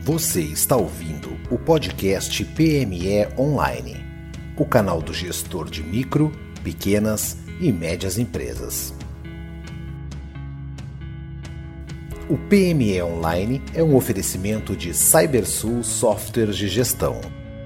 Você está ouvindo o podcast PME Online, o canal do gestor de micro, pequenas e médias empresas. O PME Online é um oferecimento de Cybersul Softwares de Gestão.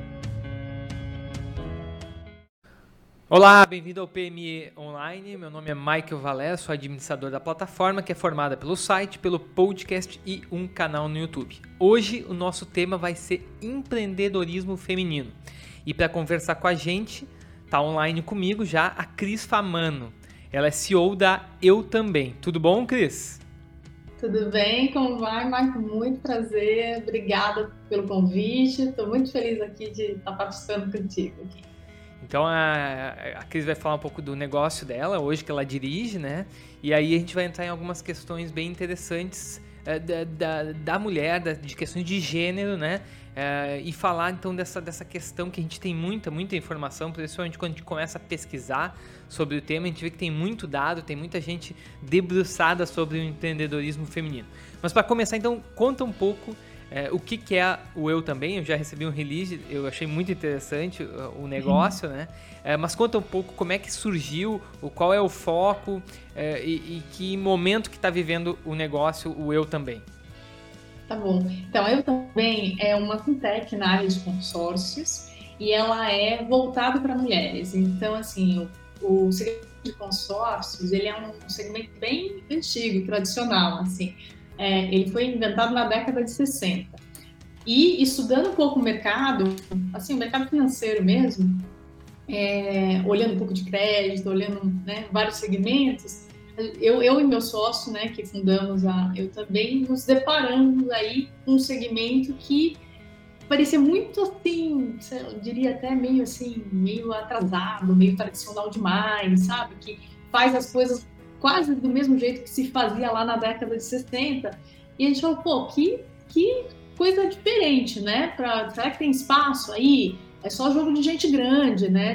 Olá, bem-vindo ao PME Online. Meu nome é Michael Valé, sou administrador da plataforma que é formada pelo site, pelo podcast e um canal no YouTube. Hoje o nosso tema vai ser empreendedorismo feminino. E para conversar com a gente, está online comigo já a Cris Famano. Ela é CEO da Eu Também. Tudo bom, Cris? Tudo bem? Como vai, Michael? Muito prazer. Obrigada pelo convite. Estou muito feliz aqui de estar participando contigo aqui. Então a Cris vai falar um pouco do negócio dela, hoje que ela dirige, né? E aí a gente vai entrar em algumas questões bem interessantes da mulher, de questões de gênero, né? E falar então dessa questão que a gente tem muita informação, principalmente quando a gente começa a pesquisar sobre o tema, a gente vê que tem muito dado, tem muita gente debruçada sobre o empreendedorismo feminino. Mas para começar, então, conta um pouco o que é o Eu Também. Eu já recebi um release, eu achei muito interessante o negócio, né? Mas conta um pouco como é que surgiu, qual é o foco e que momento que está vivendo o negócio, o Eu Também. Tá bom. Então, Eu Também é uma fintech na área de consórcios e ela é voltada para mulheres. Então, assim, o segmento de consórcios, ele é um segmento bem antigo, tradicional, assim. Ele foi inventado na década de 60. E estudando um pouco o mercado, assim, o mercado financeiro mesmo, olhando um pouco de crédito, olhando, né, vários segmentos, eu e meu sócio, né, que fundamos Eu Também, nos deparamos aí com um segmento que parecia muito assim, eu diria até meio assim, meio atrasado, meio tradicional demais, sabe? Que faz as coisas quase do mesmo jeito que se fazia lá na década de 60. E a gente falou, pô, que coisa diferente, né? Será que tem espaço aí? É só jogo de gente grande, né?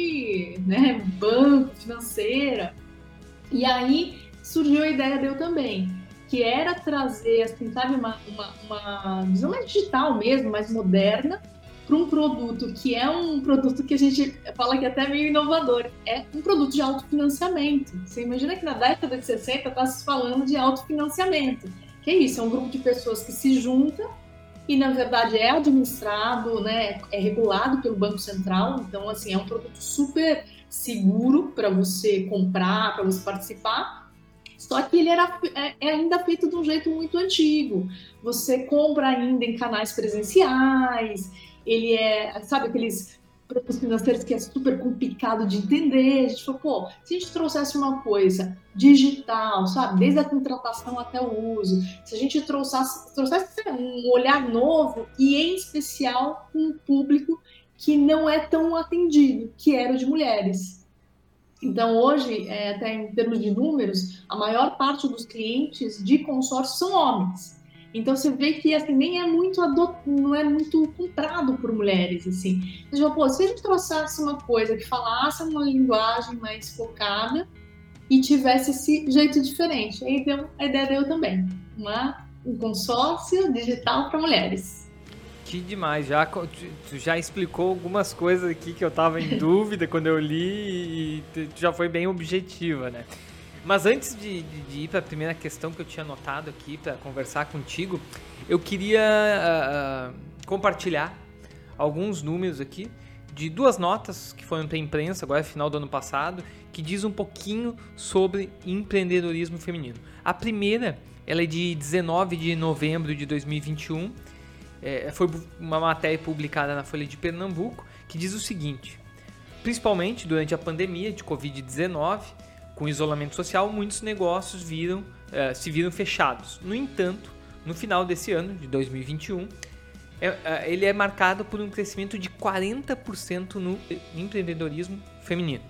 Banco, financeira. E aí surgiu a ideia de Eu Também, que era trazer, assim, sabe, uma visão mais digital mesmo, mais moderna, para um produto que é um produto que a gente fala que é até meio inovador. É um produto de autofinanciamento. Você imagina que na década de 60 está se falando de autofinanciamento. Que é isso? É um grupo de pessoas que se junta e, na verdade, é administrado, né? É regulado pelo Banco Central. Então, assim, é um produto super seguro para você comprar, para você participar. Só que ele é ainda feito de um jeito muito antigo. Você compra ainda em canais presenciais. Ele sabe, aqueles produtos financeiros que é super complicado de entender. A gente falou, pô, se a gente trouxesse uma coisa digital, sabe, desde a contratação até o uso, se a gente trouxesse um olhar novo e, em especial, um público que não é tão atendido, que era o de mulheres. Então, hoje, até em termos de números, a maior parte dos clientes de consórcio são homens. Então, você vê que assim, nem é muito não é muito comprado por mulheres, assim. Você fala, pô, se a gente trouxesse uma coisa que falasse uma linguagem mais focada e tivesse esse jeito diferente, aí deu a ideia Eu Também, um consórcio digital para mulheres. Que demais, tu já explicou algumas coisas aqui que eu tava em dúvida quando eu li e tu já foi bem objetiva, né? Mas antes de ir para a primeira questão que eu tinha anotado aqui para conversar contigo, eu queria compartilhar alguns números aqui de duas notas que foram para a imprensa agora final do ano passado, que diz um pouquinho sobre empreendedorismo feminino. A primeira, ela é de 19 de novembro de 2021, foi uma matéria publicada na Folha de Pernambuco, que diz o seguinte: principalmente durante a pandemia de Covid-19, com o isolamento social, muitos negócios se viram fechados. No entanto, no final desse ano, de 2021, ele é marcado por um crescimento de 40% no empreendedorismo feminino.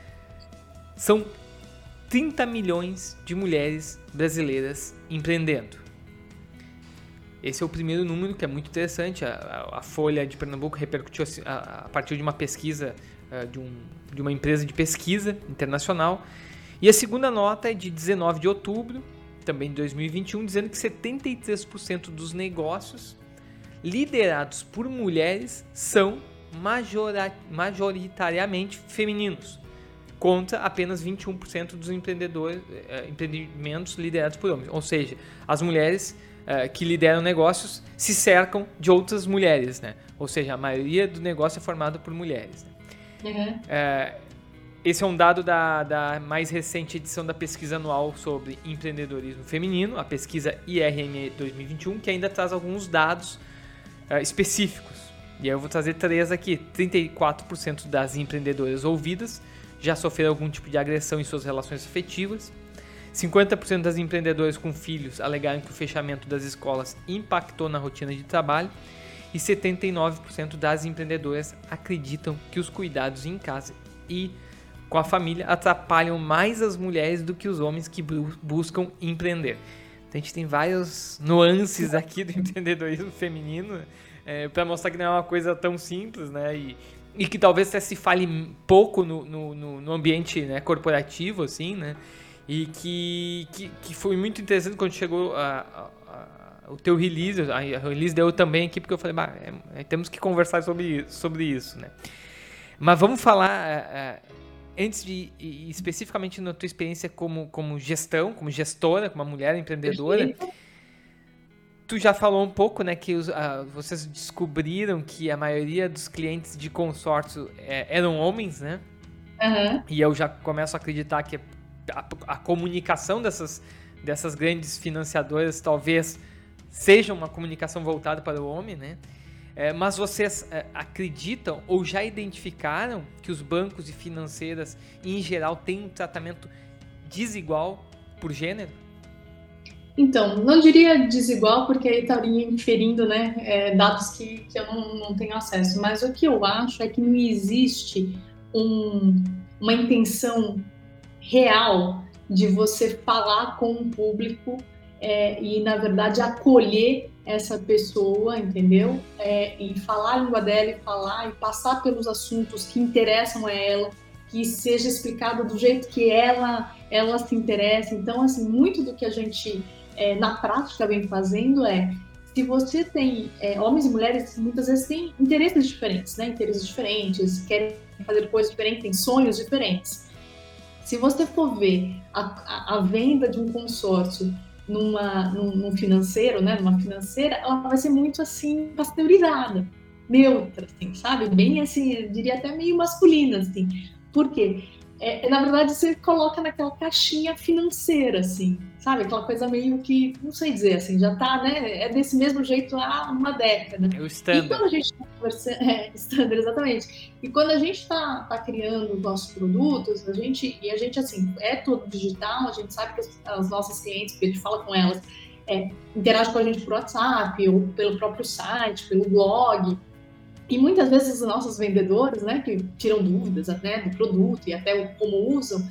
São 30 milhões de mulheres brasileiras empreendendo. Esse é o primeiro número, que é muito interessante. A Folha de Pernambuco repercutiu a partir de uma pesquisa de uma empresa de pesquisa internacional. E a segunda nota é de 19 de outubro, também de 2021, dizendo que 73% dos negócios liderados por mulheres são majoritariamente femininos, contra apenas 21% dos empreendimentos liderados por homens. Ou seja, as mulheres que lideram negócios se cercam de outras mulheres, né? Ou seja, a maioria do negócio é formado por mulheres. Né? Esse é um dado da mais recente edição da pesquisa anual sobre empreendedorismo feminino, a pesquisa IRM 2021, que ainda traz alguns dados específicos. E aí eu vou trazer 3 aqui. 34% das empreendedoras ouvidas já sofreram algum tipo de agressão em suas relações afetivas. 50% das empreendedoras com filhos alegaram que o fechamento das escolas impactou na rotina de trabalho. E 79% das empreendedoras acreditam que os cuidados em casa e com a família atrapalham mais as mulheres do que os homens que buscam empreender. Então a gente tem várias nuances aqui do empreendedorismo feminino para mostrar que não é uma coisa tão simples, né? E que talvez até se fale pouco no ambiente, né, corporativo, assim, né? E que foi muito interessante quando chegou o teu release, a release deu também aqui, porque eu falei, temos que conversar sobre isso, né? Mas vamos falar, antes de especificamente na tua experiência como gestora, como uma mulher empreendedora. Perfeito. Tu já falou um pouco, né, que vocês descobriram que a maioria dos clientes de consórcio eram homens, né? Uhum. E eu já começo a acreditar que a comunicação dessas grandes financiadoras talvez seja uma comunicação voltada para o homem, né? Mas vocês acreditam ou já identificaram que os bancos e financeiras, em geral, têm um tratamento desigual por gênero? Então, não diria desigual, porque aí estaria inferindo, né, dados que eu não tenho acesso. Mas o que eu acho é que não existe uma intenção real de você falar com o público e, na verdade, acolher essa pessoa, entendeu? E falar a língua dela e passar pelos assuntos que interessam a ela, que seja explicado do jeito que ela se interessa. Então, assim, muito do que a gente na prática vem fazendo se você tem homens e mulheres, muitas vezes têm interesses diferentes, né? Interesses diferentes, querem fazer coisas diferentes, têm sonhos diferentes. Se você for ver a venda de um consórcio num financeiro, né? Numa financeira, ela vai ser muito assim pasteurizada, neutra, assim, sabe? Bem assim, eu diria até meio masculina, assim. Por quê? Na verdade, você coloca naquela caixinha financeira, assim, sabe? Aquela coisa meio que, não sei dizer, assim, já tá, né? É desse mesmo jeito há uma década. É o standard. E quando a gente tá conversando... standard, exatamente. E quando a gente tá criando os nossos produtos, a gente, assim, é todo digital, a gente sabe que as nossas clientes, porque a gente fala com elas, interagem com a gente por WhatsApp, ou pelo próprio site, pelo blog. E muitas vezes os nossos vendedores, né, que tiram dúvidas até do produto e até como usam,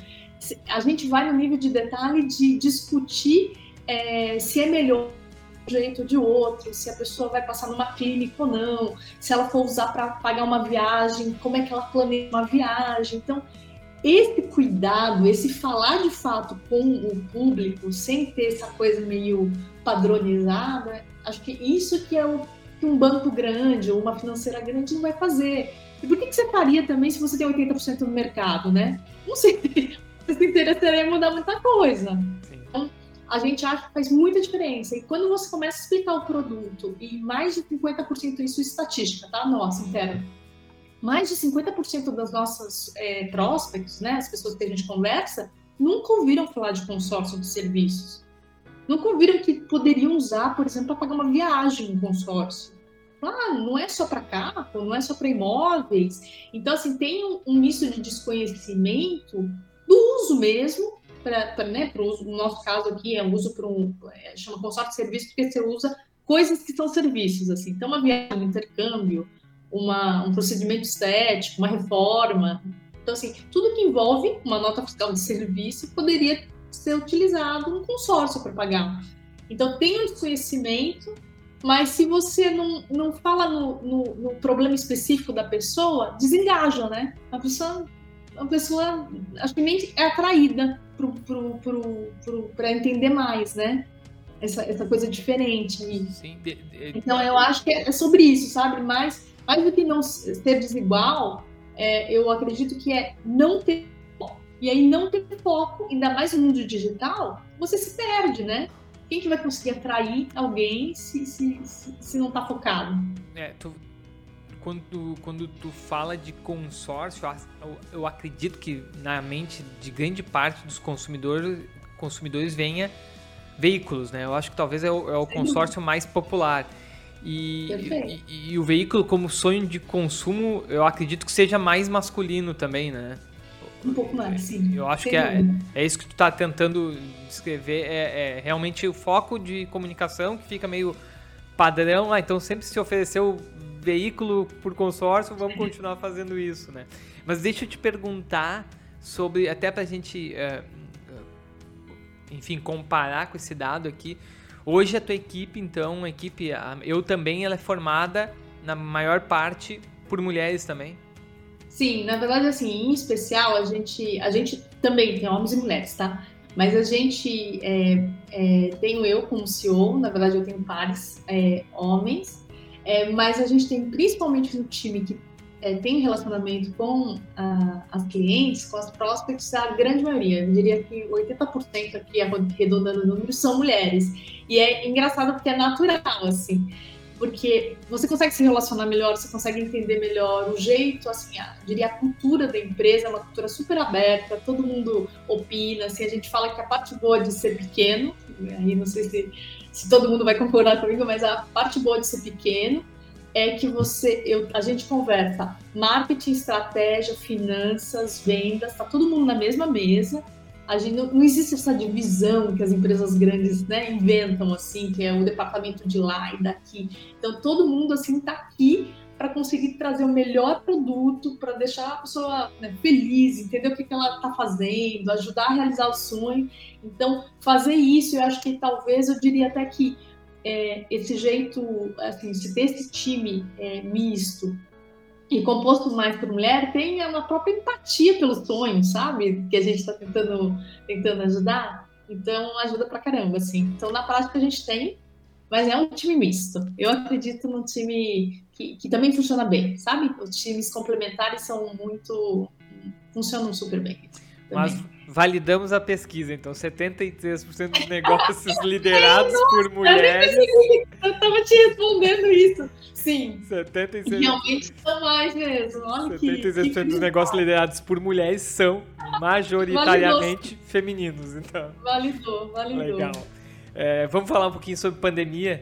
a gente vai no nível de detalhe de discutir se é melhor de um jeito ou de outro, se a pessoa vai passar numa clínica ou não, se ela for usar para pagar uma viagem, como é que ela planeja uma viagem. Então, esse cuidado, esse falar de fato com o público, sem ter essa coisa meio padronizada, acho que isso que é o que um banco grande ou uma financeira grande não vai fazer. E por que você faria também se você tem 80% do mercado, né? Não sei se interessaria em mudar muita coisa. Sim. Então, a gente acha que faz muita diferença. E quando você começa a explicar o produto, e mais de 50%, isso é estatística, tá? Nossa, interna. Mais de 50% das nossas prospects, né? As pessoas que a gente conversa, nunca ouviram falar de consórcio de serviços. Nunca ouviram que poderiam usar, por exemplo, para pagar uma viagem em consórcio. Não é só para carro, não é só para imóveis. Então, assim, tem um misto de desconhecimento do uso mesmo, né, para o uso, no nosso caso aqui, é um uso para chama consórcio de serviço, porque você usa coisas que são serviços, assim. Então, uma viagem, um intercâmbio, um procedimento estético, uma reforma. Então, assim, tudo que envolve uma nota fiscal de serviço poderia ser utilizado um consórcio para pagar. Então, tem um desconhecimento, mas se você não fala no problema específico da pessoa, desengaja, né? A pessoa acho que nem é atraída para entender mais, né? essa coisa diferente. Sim. Então, eu acho que é sobre isso, sabe? Mais do que não ser desigual, eu acredito que é não ter foco. E aí, não ter foco, ainda mais no mundo digital, você se perde, né? Quem que vai conseguir atrair alguém se não está focado? Quando tu fala de consórcio, eu acredito que na mente de grande parte dos consumidores venha veículos, né? Eu acho que talvez é o consórcio mais popular. E o veículo como sonho de consumo, eu acredito que seja mais masculino também, né? Um pouco mais, sim. Eu acho que é isso que tu tá tentando descrever, é realmente o foco de comunicação que fica meio padrão. Então sempre se ofereceu veículo por consórcio, vamos continuar fazendo isso, né? Mas deixa eu te perguntar sobre, até pra gente, enfim, comparar com esse dado aqui. Hoje a tua equipe, então, eu também, ela é formada na maior parte por mulheres também? Sim, na verdade, assim, em especial, a gente também tem homens e mulheres, tá? Mas a gente, tenho eu como CEO, na verdade eu tenho pares homens, mas a gente tem, principalmente no time que tem relacionamento com as clientes, com as prospects, a grande maioria, eu diria que 80% aqui, arredondando o número, são mulheres. E é engraçado porque é natural, assim, porque você consegue se relacionar melhor, você consegue entender melhor o jeito, assim, eu diria a cultura da empresa é uma cultura super aberta, todo mundo opina, assim, a gente fala que a parte boa de ser pequeno, aí não sei se todo mundo vai concordar comigo, mas a parte boa de ser pequeno é que a gente conversa marketing, estratégia, finanças, vendas, tá todo mundo na mesma mesa. A gente não existe essa divisão que as empresas grandes, né, inventam, assim, que é o departamento de lá e daqui. Então, todo mundo, assim, tá aqui para conseguir trazer o melhor produto, para deixar a pessoa, né, feliz, entender o que ela está fazendo, ajudar a realizar o sonho. Então, fazer isso, eu acho que talvez, eu diria até que esse jeito, assim, se ter esse time misto e composto mais por mulher, tem uma própria empatia pelo sonho, sabe? Que a gente está tentando ajudar. Então, ajuda pra caramba, assim. Então, na prática, a gente tem, mas é um time misto. Eu acredito num time que também funciona bem, sabe? Os times complementares funcionam super bem. Mas validamos a pesquisa, então 73% dos negócios liderados por mulheres. Eu estava te respondendo isso. Sim. 76%. Realmente são mais mesmo. Olha 76% dos negócios liderados por mulheres são majoritariamente femininos. Então. Validou. Legal. Vamos falar um pouquinho sobre pandemia.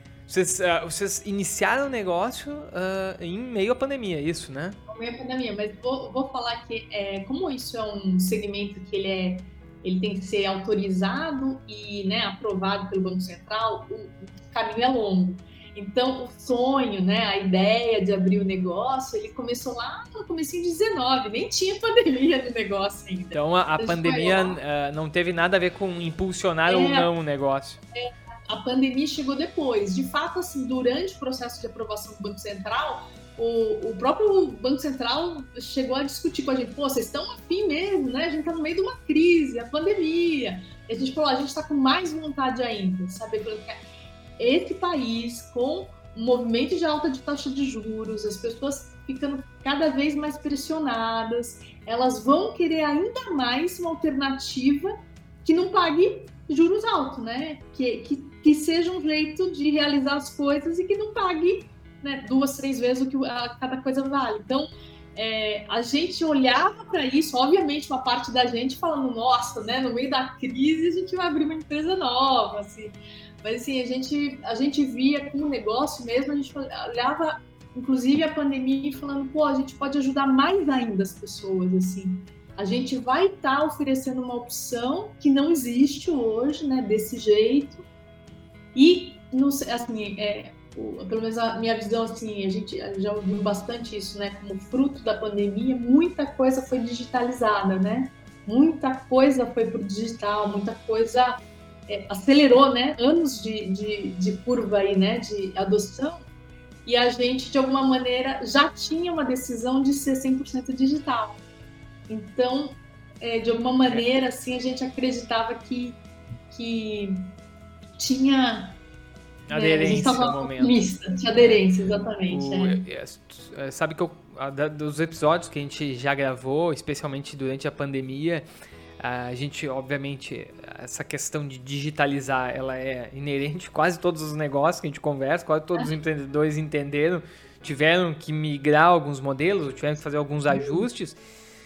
Vocês iniciaram o negócio em meio à pandemia, isso, né? Em meio à pandemia, mas vou falar que como isso é um segmento que ele tem que ser autorizado e, né, aprovado pelo Banco Central, o caminho é longo. Então, o sonho, né, a ideia de abrir o negócio, ele começou lá no comecinho de 19, nem tinha pandemia no negócio ainda. Então, a pandemia não teve nada a ver com impulsionar ou não o negócio. A pandemia chegou depois. De fato, assim, durante o processo de aprovação do Banco Central, o próprio Banco Central chegou a discutir com a gente, vocês estão afim mesmo, né? A gente está no meio de uma crise, a pandemia. E a gente falou, a gente está com mais vontade ainda, sabe? Esse país, com um movimento de alta de taxa de juros, as pessoas ficando cada vez mais pressionadas, elas vão querer ainda mais uma alternativa que não pague juros altos, né? Que seja um jeito de realizar as coisas e que não pague, né, 2, 3 vezes o que cada coisa vale. Então, a gente olhava para isso, obviamente uma parte da gente falando, nossa, né, no meio da crise a gente vai abrir uma empresa nova, assim. Mas assim, a gente via como negócio mesmo, a gente olhava, inclusive a pandemia, e falando, a gente pode ajudar mais ainda as pessoas, assim. A gente vai estar oferecendo uma opção que não existe hoje, né, desse jeito. E, assim, pelo menos a minha visão, assim, a gente já ouviu bastante isso, né, como fruto da pandemia, muita coisa foi digitalizada, né? Muita coisa foi para o digital, muita coisa acelerou, né? Anos de curva aí, né, de adoção. E a gente, de alguma maneira, já tinha uma decisão de ser 100% digital. Então, de alguma maneira, assim, a gente acreditava que tinha aderência no momento. Tinha aderência, exatamente. Sabe que dos episódios que a gente já gravou, especialmente durante a pandemia, a gente, obviamente, essa questão de digitalizar, ela é inerente a quase todos os negócios que a gente conversa, quase todos os empreendedores entenderam, tiveram que migrar alguns modelos, tiveram que fazer alguns ajustes,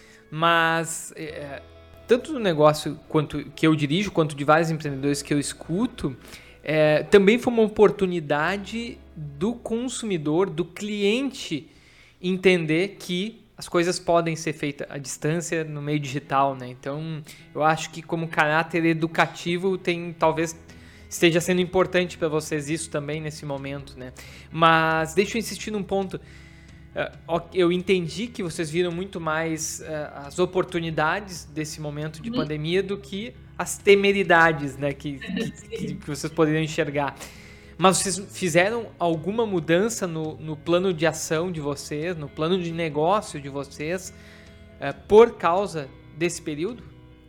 mas tanto do negócio que eu dirijo, quanto de vários empreendedores que eu escuto, também foi uma oportunidade do consumidor, do cliente, entender que as coisas podem ser feitas à distância no meio digital, né? Então, eu acho que como caráter educativo talvez esteja sendo importante para vocês isso também nesse momento, né? Mas deixa eu insistir num ponto. Eu entendi que vocês viram muito mais as oportunidades desse momento de pandemia do que as temeridades, né, que vocês poderiam enxergar. Mas vocês fizeram alguma mudança no plano de ação de vocês, no plano de negócio de vocês, por causa desse período?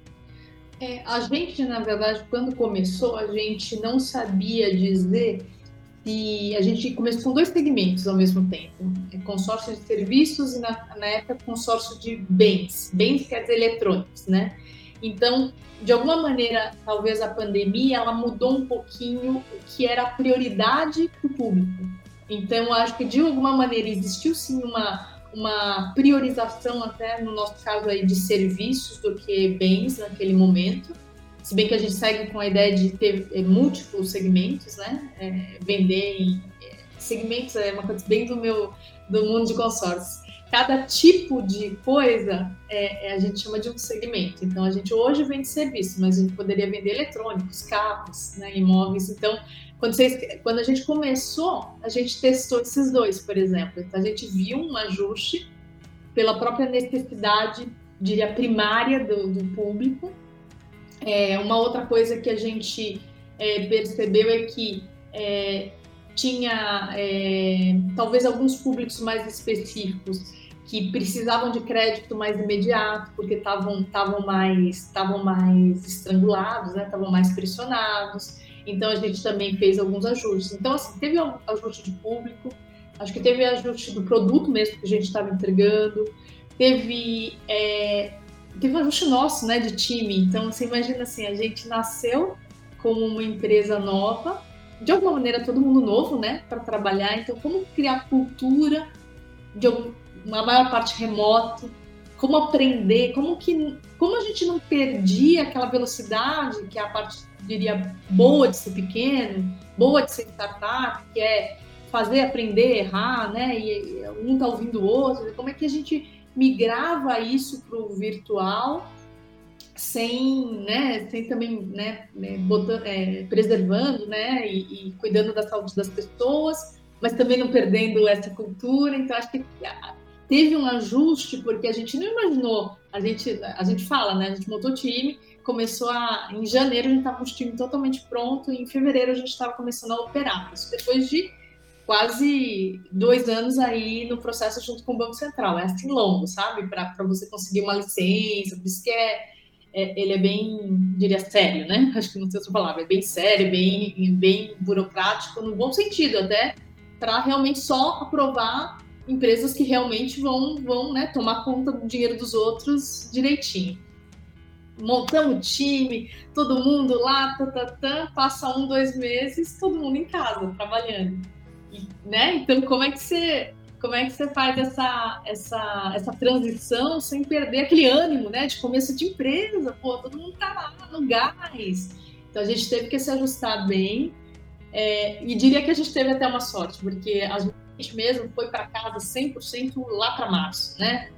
A gente, na verdade, quando começou, a gente não sabia dizer se a gente começou com 2 segmentos ao mesmo tempo. Consórcio de serviços e, na época, consórcio de bens. Bens quer dizer eletrônicos, né? Então, de alguma maneira, talvez a pandemia, ela mudou um pouquinho o que era a prioridade para o público. Então, acho que de alguma maneira existiu sim uma priorização, até no nosso caso aí, de serviços do que bens naquele momento. Se bem que a gente segue com a ideia de ter múltiplos segmentos, né? Vender em segmentos é uma coisa bem do mundo de consórcios. Cada tipo de coisa a gente chama de um segmento. Então, a gente hoje vende serviço, mas a gente poderia vender eletrônicos, carros, né, imóveis. Então, quando a gente começou, a gente testou esses 2, por exemplo. Então, a gente viu um ajuste pela própria necessidade, diria, primária do público. Uma outra coisa que a gente percebeu é que tinha talvez alguns públicos mais específicos que precisavam de crédito mais imediato, porque estavam mais estrangulados, né? Estavam mais pressionados. Então, a gente também fez alguns ajustes. Então, assim, teve um ajuste de público, acho que teve ajuste do produto mesmo que a gente estava entregando, teve um ajuste nosso, né, de time. Então, você imagina assim, a gente nasceu como uma empresa nova, de alguma maneira todo mundo novo, né, para trabalhar. Então, como criar cultura de uma maior parte remoto, como aprender, como a gente não perdia aquela velocidade, que é a parte, diria, boa de ser pequeno, boa de ser startup, que é fazer, aprender, errar, né, e um tá ouvindo o outro. Como é que a gente migrava isso para o virtual sem também, né, preservando, né, e cuidando da saúde das pessoas, mas também não perdendo essa cultura. Então, acho que teve um ajuste, porque a gente não imaginou, a gente fala, né, a gente montou o time, começou em janeiro a gente estava com o time totalmente pronto, e em fevereiro a gente estava começando a operar. Isso depois de quase 2 anos aí no processo junto com o Banco Central. É assim longo, sabe? Para você conseguir uma licença, por isso que ele é bem, diria, sério, né? Acho que não sei essa palavra, é bem sério, bem burocrático, no bom sentido até, para realmente só aprovar empresas que realmente vão, né, tomar conta do dinheiro dos outros direitinho. Montamos o time, todo mundo lá, passa 1, 2 meses, todo mundo em casa, trabalhando. Né? Então, como é que você faz essa transição sem perder aquele ânimo, né, de começo de empresa? Pô, todo mundo tá lá no gás. Então, a gente teve que se ajustar bem, e diria que a gente teve até uma sorte, porque a gente mesmo foi para casa 100% lá para março, né?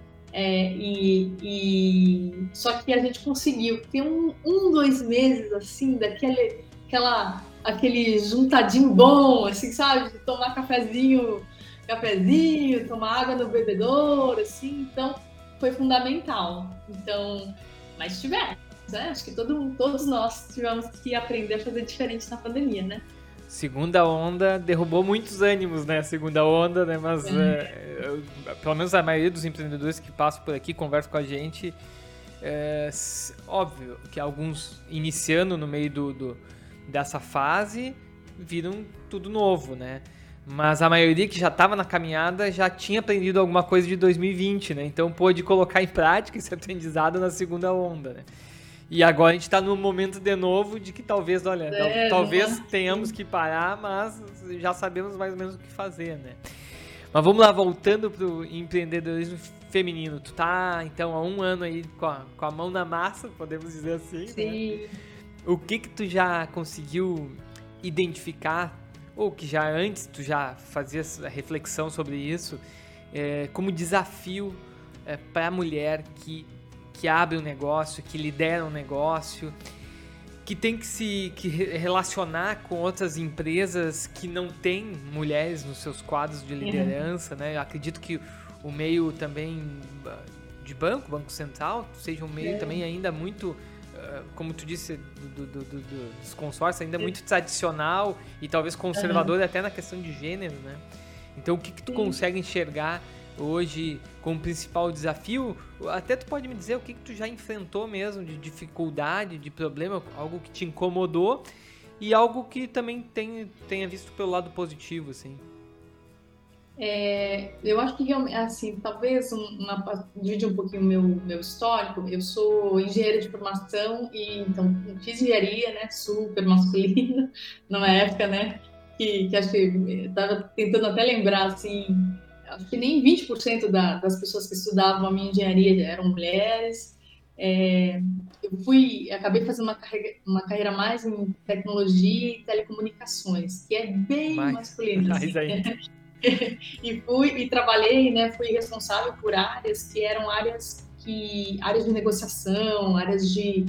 Só que a gente conseguiu ter 2 meses assim, aquele juntadinho bom, assim, sabe? De tomar cafezinho, tomar água no bebedouro, assim. Então, foi fundamental. Então, mas tivemos, né? Acho que todos nós tivemos que aprender a fazer diferente na pandemia, né? Segunda onda derrubou muitos ânimos, né? Segunda onda, né? Mas pelo menos a maioria dos empreendedores que passam por aqui, conversam com a gente, óbvio que alguns iniciando no meio dessa fase viram tudo novo, né? Mas a maioria que já estava na caminhada já tinha aprendido alguma coisa de 2020, né? Então pôde colocar em prática esse aprendizado na segunda onda, né? E agora a gente está no momento de novo de que talvez, olha, talvez tenhamos que parar, mas já sabemos mais ou menos o que fazer, né? Mas vamos lá, voltando pro empreendedorismo feminino. Tu tá, então, há 1 ano aí com a mão na massa, podemos dizer assim, Sim. né? O que tu já conseguiu identificar, ou que já antes tu já fazias a reflexão sobre isso, como desafio para a mulher que abre um negócio, que lidera um negócio, que tem que se relacionar com outras empresas que não têm mulheres nos seus quadros de liderança, né? Eu acredito que o meio também de Banco Central, seja um meio também ainda muito, como tu disse, dos consórcios, ainda muito tradicional e talvez conservador até na questão de gênero, né? Então, o que tu consegue enxergar hoje como principal desafio? Até tu pode me dizer o que tu já enfrentou mesmo de dificuldade, de problema, algo que te incomodou e algo que também tenha visto pelo lado positivo, assim. Eu acho que, assim, talvez dividir um pouquinho o meu histórico. Eu sou engenheira de formação e, então, fiz engenharia, né, super masculina, numa época, né, que acho que estava tentando até lembrar, assim, acho que nem 20% das pessoas que estudavam a minha engenharia eram mulheres. Eu acabei fazendo uma carreira mais em tecnologia e telecomunicações, que é bem masculina. Assim. E trabalhei, né, fui responsável por áreas que eram áreas de negociação, áreas de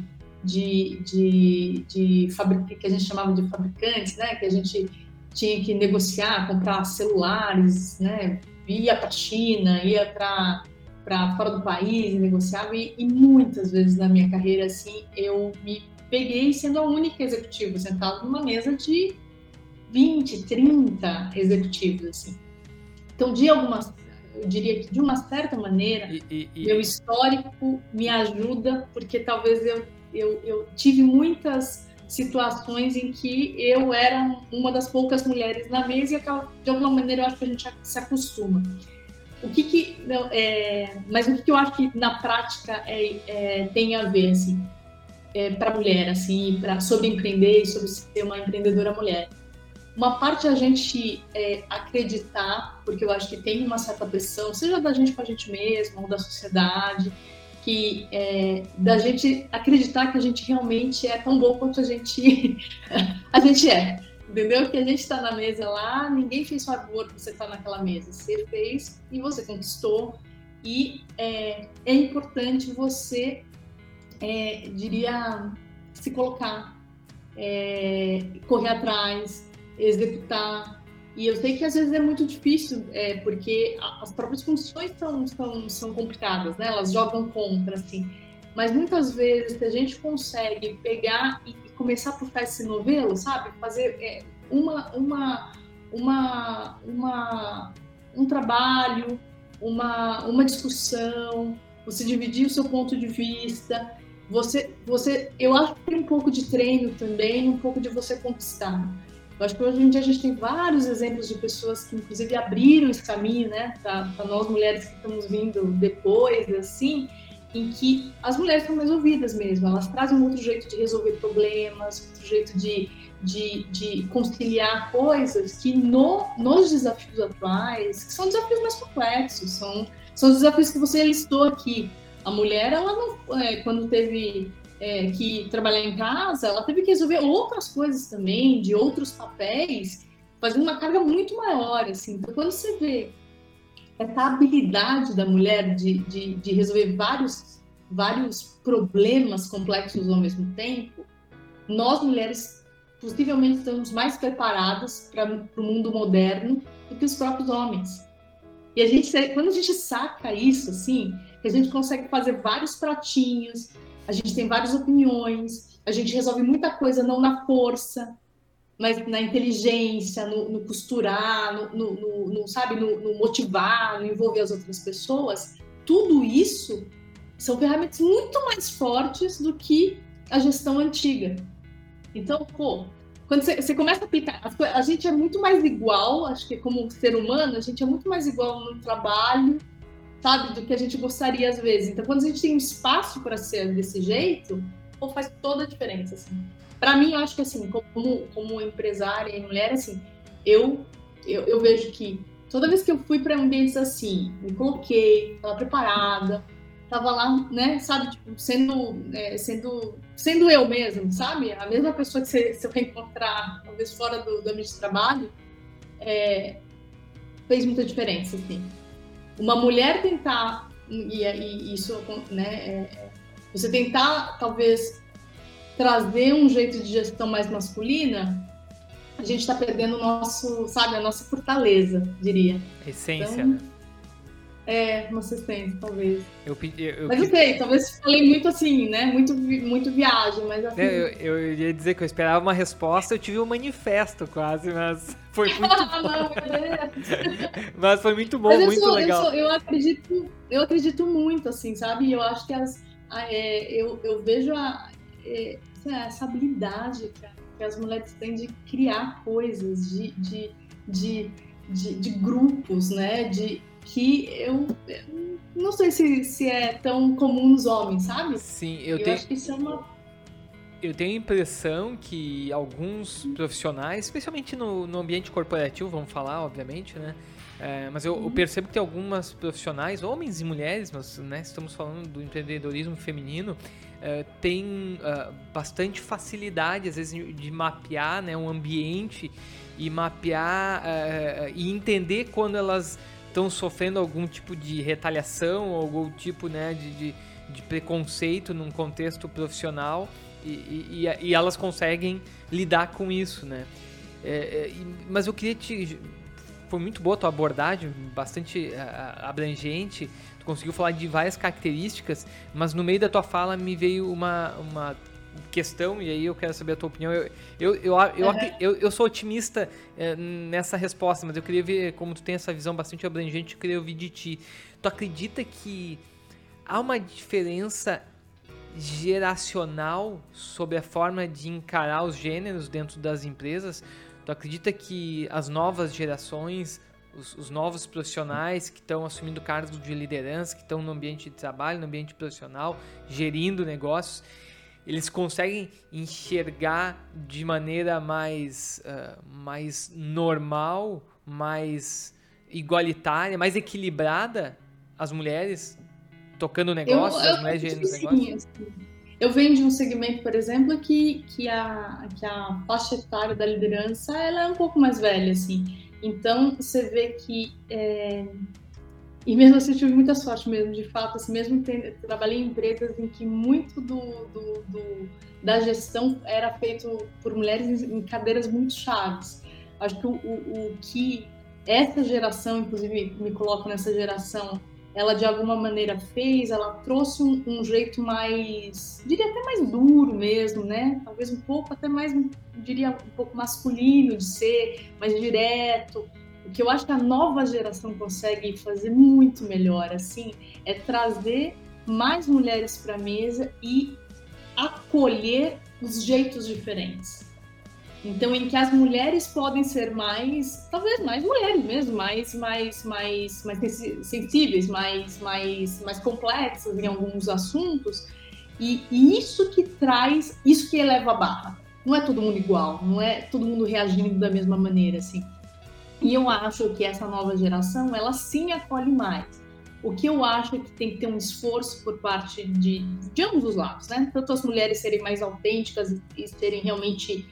que a gente chamava de fabricantes, né, que a gente tinha que negociar, comprar celulares, né, ia para a China, ia para fora do país e negociava, e muitas vezes na minha carreira, assim, eu me peguei sendo a única executiva, sentada numa mesa de 20, 30 executivos, assim. Então, eu diria que de uma certa maneira, meu histórico me ajuda, porque talvez eu tive muitas situações em que eu era uma das poucas mulheres na mesa e de alguma maneira eu acho que a gente se acostuma. Mas o que eu acho que na prática tem a ver, assim, para a mulher, assim, sobre empreender e sobre ser uma empreendedora mulher? Uma parte a gente acreditar, porque eu acho que tem uma certa pressão, seja da gente com a gente mesma ou da sociedade, da gente acreditar que a gente realmente é tão bom quanto a gente é, entendeu? Que a gente está na mesa lá, ninguém fez favor para você estar naquela mesa, você fez e você conquistou, e é importante você, diria, se colocar, correr atrás, executar. E eu sei que às vezes é muito difícil, porque as próprias funções são complicadas, né? Elas jogam contra, assim. Mas muitas vezes, se a gente consegue pegar e começar a puxar esse novelo, sabe? Fazer um trabalho, uma discussão, você dividir o seu ponto de vista, eu acho que tem um pouco de treino também, um pouco de você conquistar. Eu acho que hoje em dia a gente tem vários exemplos de pessoas que, inclusive, abriram esse caminho, né, para nós mulheres que estamos vindo depois, assim, em que as mulheres são mais ouvidas mesmo. Elas trazem um outro jeito de resolver problemas, outro jeito de conciliar coisas que nos desafios atuais, que são desafios mais complexos, são os desafios que você listou aqui. A mulher, ela não, quando teve que trabalhar em casa, ela teve que resolver outras coisas também, de outros papéis, fazendo uma carga muito maior, assim. Então, quando você vê essa habilidade da mulher de resolver vários problemas complexos ao mesmo tempo, nós, mulheres, possivelmente estamos mais preparadas para o mundo moderno do que os próprios homens. E quando a gente saca isso, assim, que a gente consegue fazer vários pratinhos, a gente tem várias opiniões, a gente resolve muita coisa não na força, mas na inteligência, no costurar, no motivar, no envolver as outras pessoas. Tudo isso são ferramentas muito mais fortes do que a gestão antiga. Então, quando você começa a aplicar, a gente é muito mais igual, acho que como ser humano, a gente é muito mais igual no trabalho, sabe, do que a gente gostaria às vezes. Então, quando a gente tem um espaço para ser desse jeito, pô, faz toda a diferença, assim. Para mim, eu acho que, assim, como empresária e mulher, assim, eu vejo que toda vez que eu fui para ambientes assim, me coloquei, estava preparada, estava lá, né, sabe, tipo, sendo eu mesmo, sabe? A mesma pessoa que você vai encontrar, talvez, fora do ambiente de trabalho, fez muita diferença, assim. Uma mulher tentar, e isso, né, você tentar, talvez, trazer um jeito de gestão mais masculina, a gente está perdendo a nossa fortaleza, diria. Essência, então, né? Nossa essência, talvez. Mas não sei, talvez falei muito assim, né? Muito viagem, mas assim... Eu ia dizer que eu esperava uma resposta, eu tive um manifesto quase, mas foi muito bom. Não, meu Mas foi muito bom, muito legal. Eu acredito muito, assim, sabe? Eu acho que eu vejo essa habilidade que as mulheres têm de criar coisas, de grupos, né? Que eu não sei se é tão comum nos homens, sabe? Sim, acho que isso é uma... Eu tenho a impressão que alguns profissionais, especialmente no ambiente corporativo, vamos falar, obviamente, né? Mas eu percebo que tem algumas profissionais, homens e mulheres, mas né, estamos falando do empreendedorismo feminino, tem bastante facilidade, às vezes, de mapear, né, um ambiente e mapear e entender quando elas estão sofrendo algum tipo de retaliação ou algum tipo, né, de preconceito num contexto profissional e elas conseguem lidar com isso, né? Mas eu queria foi muito boa a tua abordagem, bastante abrangente, tu conseguiu falar de várias características, mas no meio da tua fala me veio uma questão, e aí eu quero saber a tua opinião. Eu sou otimista nessa resposta, mas eu queria ver, como tu tem essa visão bastante abrangente, eu queria ouvir de ti. Tu acredita que há uma diferença geracional sobre a forma de encarar os gêneros dentro das empresas? Tu acredita que as novas gerações, os novos profissionais que estão assumindo cargos de liderança, que estão no ambiente de trabalho, no ambiente profissional, gerindo negócios, eles conseguem enxergar de maneira mais normal, mais igualitária, mais equilibrada as mulheres tocando negócios, as mulheres gerindo negócios? Assim. Eu venho de um segmento, por exemplo, que a faixa etária da liderança ela é um pouco mais velha, assim. Então, você vê que... E mesmo assim, eu tive muita sorte mesmo, de fato, assim, mesmo trabalhei em empresas em que muito da gestão era feito por mulheres em cadeiras muito chaves. Acho que o que essa geração, inclusive me coloco nessa geração, ela de alguma maneira ela trouxe um jeito mais, diria até mais duro mesmo, né? Talvez um pouco até mais, diria um pouco masculino de ser, mais direto. O que eu acho que a nova geração consegue fazer muito melhor, assim, é trazer mais mulheres para a mesa e acolher os jeitos diferentes. Então, em que as mulheres podem ser talvez mais mulheres mesmo, mais sensíveis, mais complexas em alguns assuntos, e isso que eleva a barra. Não é todo mundo igual, não é todo mundo reagindo da mesma maneira, assim. E eu acho que essa nova geração, ela sim acolhe mais. O que eu acho é que tem que ter um esforço por parte de ambos os lados, né? Tanto as mulheres serem mais autênticas e serem realmente...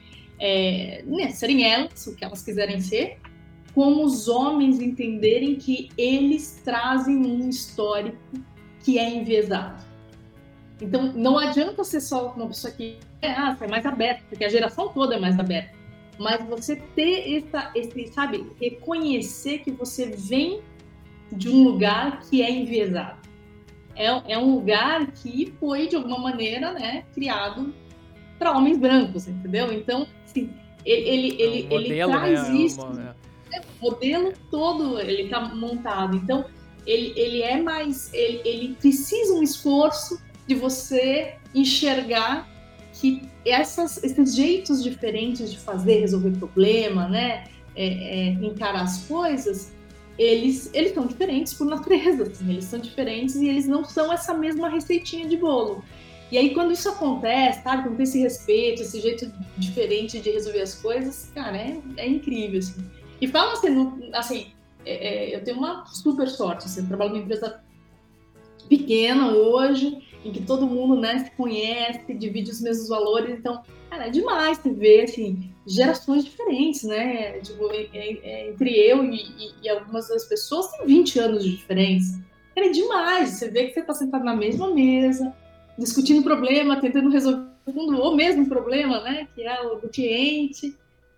serem elas, o que elas quiserem ser, como os homens entenderem que eles trazem um histórico que é enviesado. Então, não adianta ser só uma pessoa que é mais aberta, porque a geração toda é mais aberta. Mas você ter sabe, reconhecer que você vem de um lugar que é enviesado. É um lugar que foi, de alguma maneira, né, criado para homens brancos, entendeu? Então, assim, ele modelo, traz né? isso. O modelo todo ele está montado. Então, ele é mais... Ele precisa um esforço de você enxergar que esses jeitos diferentes de fazer, resolver problema, né, encarar as coisas, eles são diferentes por natureza, assim, eles são diferentes e eles não são essa mesma receitinha de bolo. E aí, quando isso acontece, sabe, quando tem esse respeito, esse jeito diferente de resolver as coisas, cara, é incrível, assim. E fala assim, eu tenho uma super sorte, assim, eu trabalho numa empresa pequena hoje, em que todo mundo, né, se conhece, divide os mesmos valores, então, cara, é demais você ver, assim, gerações diferentes, né, tipo, entre eu e algumas das pessoas tem 20 anos de diferença. Cara, é demais, você vê que você tá sentado na mesma mesa, discutindo problema, tentando resolver o mesmo problema, né, que é o do cliente,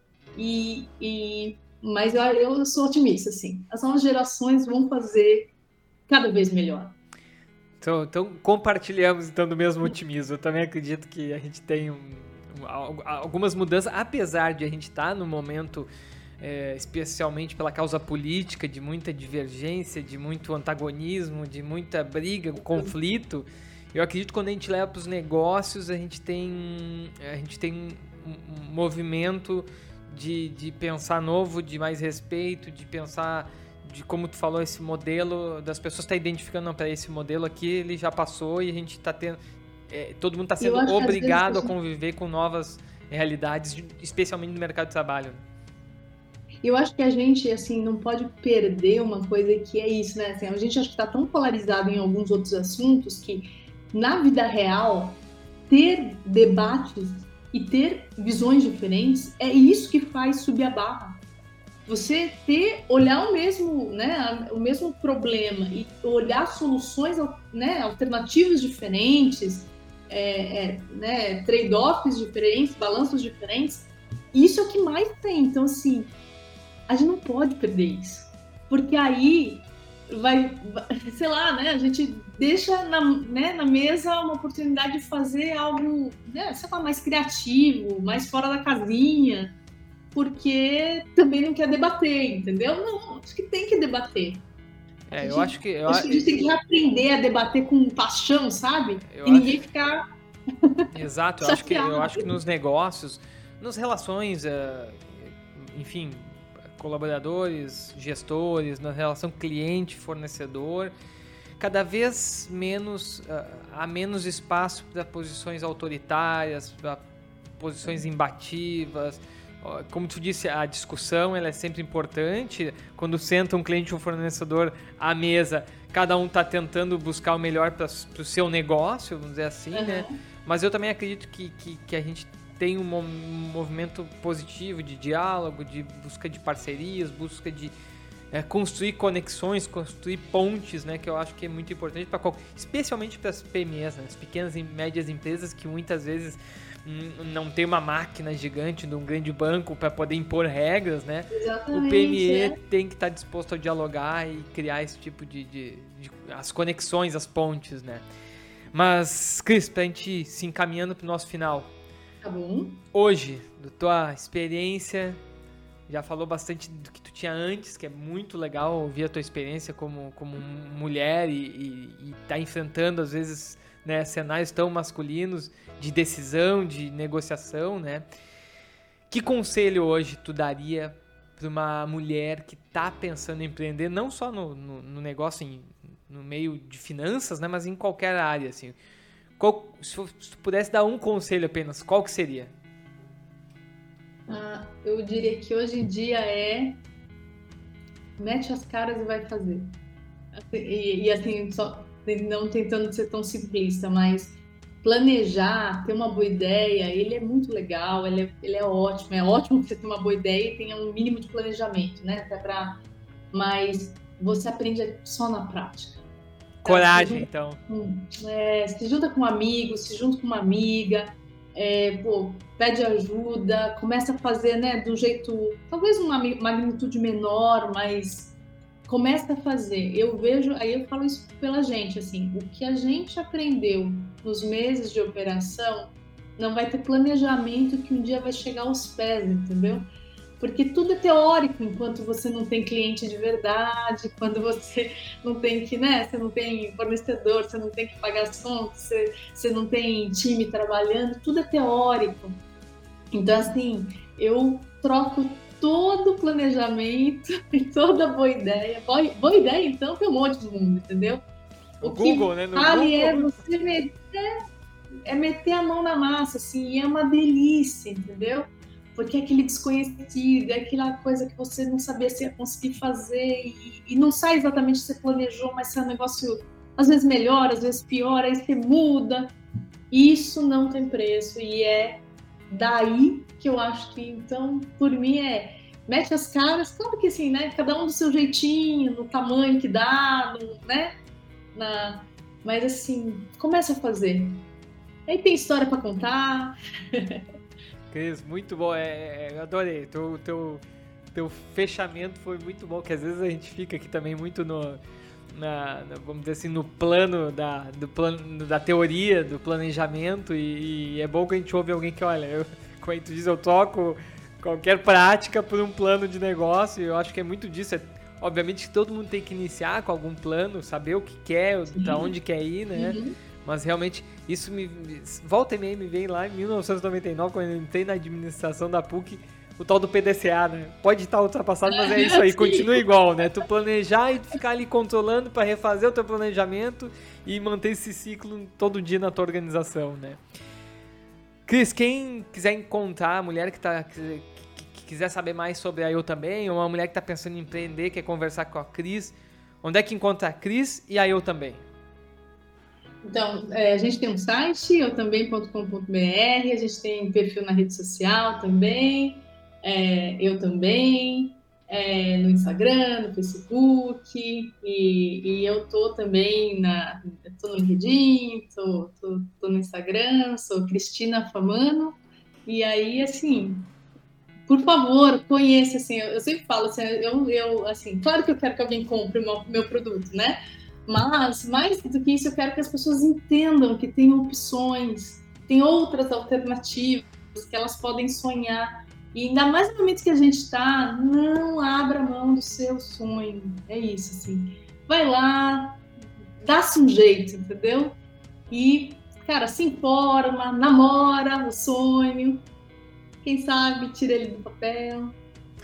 mas eu sou otimista, assim, as novas gerações vão fazer cada vez melhor. Então compartilhamos então do mesmo otimismo. Eu também acredito que a gente tem algumas mudanças, apesar de a gente estar no momento, especialmente pela causa política, de muita divergência, de muito antagonismo, de muita briga, conflito. Eu acredito que quando a gente leva para os negócios, a gente tem um movimento de pensar novo, de mais respeito, de pensar, de como tu falou, esse modelo, das pessoas estar identificando, para esse modelo aqui, ele já passou e a gente está tendo, todo mundo está sendo obrigado a conviver com novas realidades, especialmente no mercado de trabalho. Eu acho que a gente, assim, não pode perder uma coisa que é isso, né? Assim, a gente acho que está tão polarizado em alguns outros assuntos que, na vida real, ter debates e ter visões diferentes é isso que faz subir a barra. Você olhar o mesmo problema e olhar soluções, né, alternativas diferentes, né, trade-offs diferentes, balanços diferentes, isso é o que mais tem. Então, assim, a gente não pode perder isso, porque aí vai sei lá, né, a gente deixa na mesa uma oportunidade de fazer algo, né, sei lá, mais criativo, mais fora da casinha, porque também não quer debater, entendeu? Não, acho que tem que debater. Eu acho que a gente tem que aprender a debater com paixão, sabe? Ninguém ficar... Exato, eu acho que nos negócios, nas relações, enfim, colaboradores, gestores, na relação cliente-fornecedor, cada vez menos, há menos espaço para posições autoritárias, para posições imbativas. Como tu disse, a discussão ela é sempre importante. Quando senta um cliente e um fornecedor à mesa, cada um está tentando buscar o melhor para o seu negócio, vamos dizer assim, né? Mas eu também acredito que a gente tem um movimento positivo de diálogo, de busca de parcerias, busca de construir conexões, construir pontes, né? Que eu acho que é muito importante, especialmente para as PMEs, né? As pequenas e médias empresas que muitas vezes não tem uma máquina gigante de um grande banco para poder impor regras, né? Exatamente, o PME tem que estar disposto a dialogar e criar esse tipo de as conexões, as pontes, né? Mas, Cris, pra gente se encaminhando pro nosso final. Tá bom. Hoje, da tua experiência, já falou bastante do que tu tinha antes, que é muito legal ouvir a tua experiência como mulher e tá enfrentando, às vezes, né, cenários tão masculinos de decisão, de negociação, né? Que conselho hoje tu daria para uma mulher que tá pensando em empreender, não só no negócio, no meio de finanças, né, mas em qualquer área, assim? Se tu pudesse dar um conselho apenas, qual que seria? Eu diria que hoje em dia mete as caras e vai fazer. E assim, só não tentando ser tão simplista, mas planejar, ter uma boa ideia, ele é muito legal, ele é ótimo. É ótimo que você tenha uma boa ideia e tenha um mínimo de planejamento, né? Mas você aprende só na prática. Coragem, então. Se junta com um amigo, se junta com uma amiga, pede ajuda, começa a fazer, né, do jeito, talvez uma magnitude menor, mas começa a fazer. Eu vejo, aí eu falo isso pela gente, assim, o que a gente aprendeu nos meses de operação não vai ter planejamento que um dia vai chegar aos pés, entendeu? Porque tudo é teórico enquanto você não tem cliente de verdade, quando você não tem que, né? Você não tem fornecedor, você não tem que pagar as contas, você não tem time trabalhando, tudo é teórico. Então, assim, eu troco todo o planejamento e toda boa ideia. Boa ideia, então, tem um monte de mundo, entendeu? O Google, né? No vale Google. É você meter a mão na massa, assim, e é uma delícia, entendeu? Porque é aquele desconhecido, é aquela coisa que você não sabia se ia conseguir fazer e não sai exatamente o que você planejou, mas é um negócio, às vezes melhor, às vezes pior, aí você muda. Isso não tem preço e é daí que eu acho que, então, por mim mete as caras, claro que assim, né? Cada um do seu jeitinho, no tamanho que dá, né? Mas assim, começa a fazer. Aí tem história para contar. Cris, muito bom. Eu adorei. Teu fechamento foi muito bom, que às vezes a gente fica aqui também muito vamos dizer assim, no plano da teoria, do planejamento, e é bom que a gente ouve alguém que, olha, como tu diz, eu troco qualquer prática por um plano de negócio, e eu acho que é muito disso. Obviamente que todo mundo tem que iniciar com algum plano, saber o que quer, pra onde quer ir, né? Uhum. Mas realmente, isso volta e meia me vem lá em 1999, quando eu entrei na administração da PUC, o tal do PDCA, né? Pode estar ultrapassado, mas é isso aí, continua igual, né? Tu planejar e ficar ali controlando para refazer o teu planejamento e manter esse ciclo todo dia na tua organização, né? Cris, quem quiser encontrar a mulher que quiser saber mais sobre a Eu Também, ou uma mulher que está pensando em empreender, quer conversar com a Cris, onde é que encontra a Cris e a Eu Também? Então, a gente tem um site, eutambém.com.br, a gente tem perfil na rede social também, Eu Também, no Instagram, no Facebook, e eu tô também tô no LinkedIn, tô no Instagram, sou Cristina Famano, e aí, assim, por favor, conheça, assim, eu sempre falo, assim, assim, claro que eu quero que alguém compre o meu produto, né? Mas, mais do que isso, eu quero que as pessoas entendam que tem opções, tem outras alternativas, que elas podem sonhar. E ainda mais no momento que a gente está, não abra mão do seu sonho. É isso, assim. Vai lá, dá-se um jeito, entendeu? E, cara, se informa, namora o sonho. Quem sabe, tira ele do papel.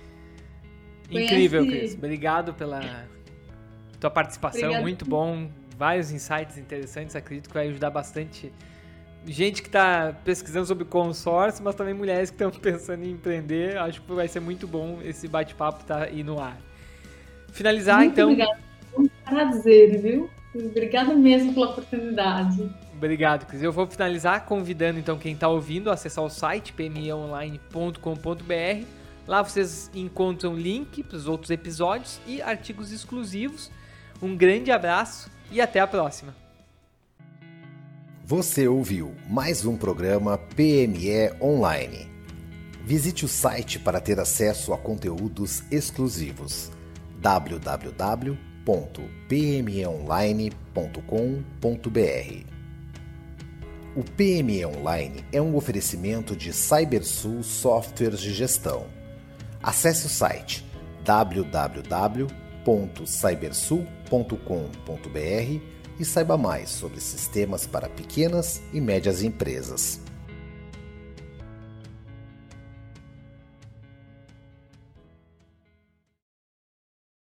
Incrível, Cris. Obrigado pela tua participação. Obrigada. Muito bom. Vários insights interessantes. Acredito que vai ajudar bastante gente que está pesquisando sobre consórcio, mas também mulheres que estão pensando em empreender. Acho que vai ser muito bom esse bate-papo estar aí no ar. Finalizar, muito então... Obrigada. Foi um prazer, viu? Obrigada mesmo pela oportunidade. Obrigado, Cris. Eu vou finalizar convidando, então, quem está ouvindo a acessar o site pmeonline.com.br. Lá vocês encontram link para os outros episódios e artigos exclusivos. Um grande abraço e até a próxima. Você ouviu mais um programa PME Online. Visite o site para ter acesso a conteúdos exclusivos. www.pmeonline.com.br. O PME Online é um oferecimento de Cybersul Softwares de Gestão. Acesse o site www.cybersul.com.br e saiba mais sobre sistemas para pequenas e médias empresas.